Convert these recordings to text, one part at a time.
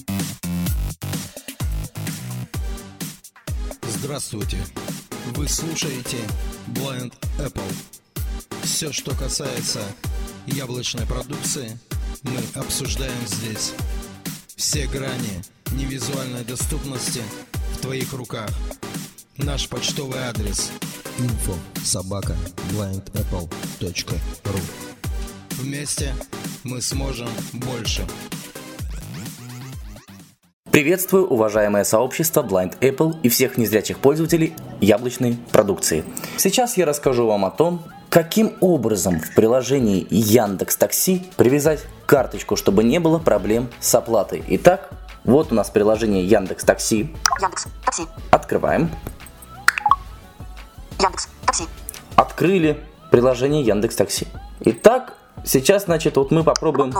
Здравствуйте! Вы слушаете Blind Apple. Все, что касается яблочной продукции, мы обсуждаем здесь. Все грани невизуальной доступности в твоих руках. Наш почтовый адрес info@blindapple.ru. Вместе мы сможем больше. Приветствую, уважаемое сообщество Blind Apple и всех незрячих пользователей яблочной продукции. Сейчас я расскажу вам о том, каким образом в приложении Яндекс.Такси привязать карточку, чтобы не было проблем с оплатой. Итак, вот у нас приложение Яндекс.Такси. Яндекс.Такси. Открываем. Яндекс.Такси. Открыли приложение Яндекс.Такси. Итак, сейчас, значит, вот мы попробуем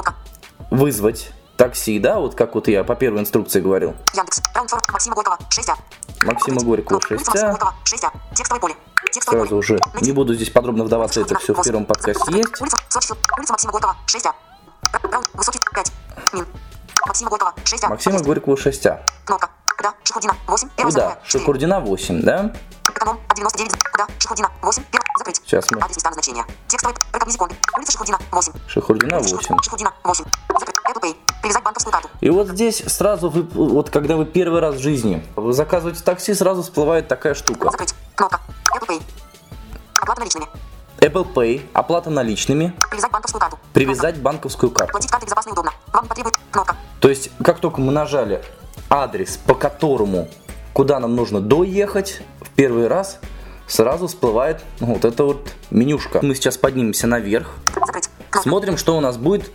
вызвать такси, да, вот как вот я по первой инструкции говорил. Яндекс. Раундфорд. Максима Горького. 6А. Максима Горького 6А. 6А. Текстовое поле. Сразу уже не буду здесь подробно вдаваться, это все в первом подкасте есть. Улица Максима Горького. 6А. Раунд. Высокий. 5. Мин. Максима Горького. 6А. Максима Горького 6А. Кнопка. Куда? Шихурдина. 8. Куда? Шихурдина 8, да? Эконом. 99. Куда? Шихурдина. 8. Закрыть. Сейчас мы. Адрес места назначения. Текстовый. Рекомендикон. Улица Шихурдина. 8. Шихурдина 8. Шихурдина. 8. Закрыть. Apple Pay. Привязать банковскую карту. И вот здесь сразу вы, вот когда вы первый раз в жизни вы заказываете такси, сразу всплывает такая штука. Закрыть. Кнопка. Apple Pay. Оплата наличными. Apple Pay, оплата наличными. Привязать банковскую карту. Привязать банковскую карту. Платить картой безопасно и удобно. Вам не потребует кнопка. То есть, как только мы нажали адрес, по которому, куда нам нужно доехать, в первый раз сразу всплывает вот эта вот менюшка. Мы сейчас поднимемся наверх. Закрыть. Кнопка. Смотрим, что у нас будет,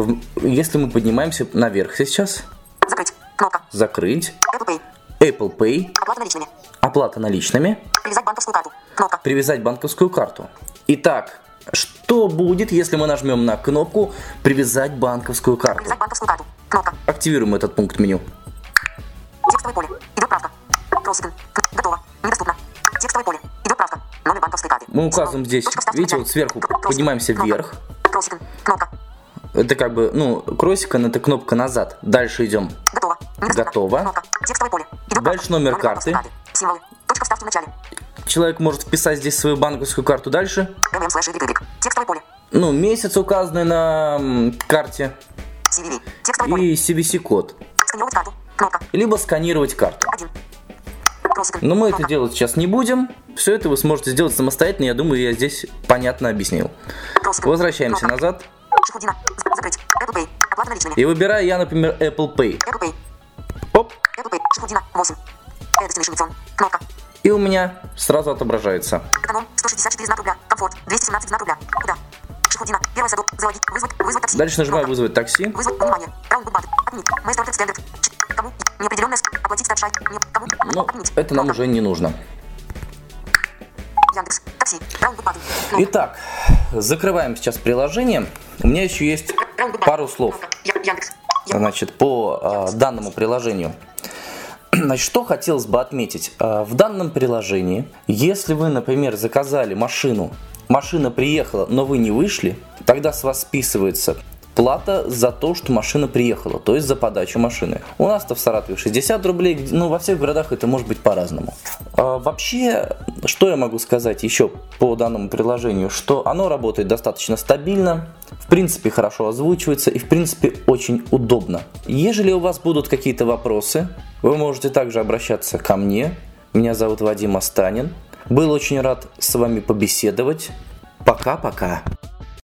если мы поднимаемся наверх сейчас. Закрыть. Кнопка. Закрыть. Apple Pay. Apple Pay. Оплата наличными. Оплата наличными. Привязать банковскую карту. Кнопка. Привязать банковскую карту. Итак, что будет, если мы нажмем на кнопку «Привязать банковскую карту»? Привязать банковскую карту. Кнопка. Активируем этот пункт меню. Текстовое поле. Идет правка. Просит. Готово. Недоступно. Текстовое поле. Идет правка. Номер банковской карты. Мы указываем здесь, видите, вот сверху поднимаемся вверх. Просит. Кнопка. Это как бы, кроссикон, это кнопка назад. Дальше идем. Готово. Недоступно. Готово. Кнопка. Текстовое поле. Идет Дальше правка. номер банковской карты. Символы. Точка вставки в начале. Человек может вписать здесь свою банковскую карту дальше. ММ/YY. Текстовое поле. Месяц указанный на карте. CVV. Текстовое поле. И CVC-код. Сканировать карту. Кнопка. Либо сканировать карту. 1. Просит. Но мы это делать сейчас не будем. Все это вы сможете сделать самостоятельно. Я думаю, я здесь понятно объяснил. Просит. Возвращаемся Кнопка. назад. Шихурдина. Закрыть. Apple Pay. Оплата наличными. И выбираю я, например, Apple Pay. Apple Pay. Оп. Apple Pay. Шихурдина. 8. Destination. Кнопка. И у меня сразу отображается. Эконом. 164 знак рубля. Комфорт. 217 знак рубля. Куда? Шихурдина. Первый садок. Заводить. Вызвать такси. Дальше нажимаю Кнопка. «Вызвать такси». Вызвать. Внимание. Раунд бат. Отменить. Мейстер стендерт. Кому? Неопределенность. Оплатить старшай. Кому? Отменить. Это нам уже не нужно. Яндекс. Такси. Раунд бат. Итак, закрываем сейчас приложение. У меня еще есть пару слов, Яндекс. значит, по данному приложению. Значит, что хотелось бы отметить. В данном приложении, если вы, например, заказали машину, машина приехала, но вы не вышли, тогда с вас списывается плата за то, что машина приехала, то есть за подачу машины. У нас-то в Саратове 60 рублей, но во всех городах это может быть по-разному. Вообще, что я могу сказать еще по данному приложению, что оно работает достаточно стабильно, в принципе хорошо озвучивается и в принципе очень удобно. Ежели у вас будут какие-то вопросы, вы можете также обращаться ко мне. Меня зовут Вадим Астанин. Был очень рад с вами побеседовать. Пока-пока.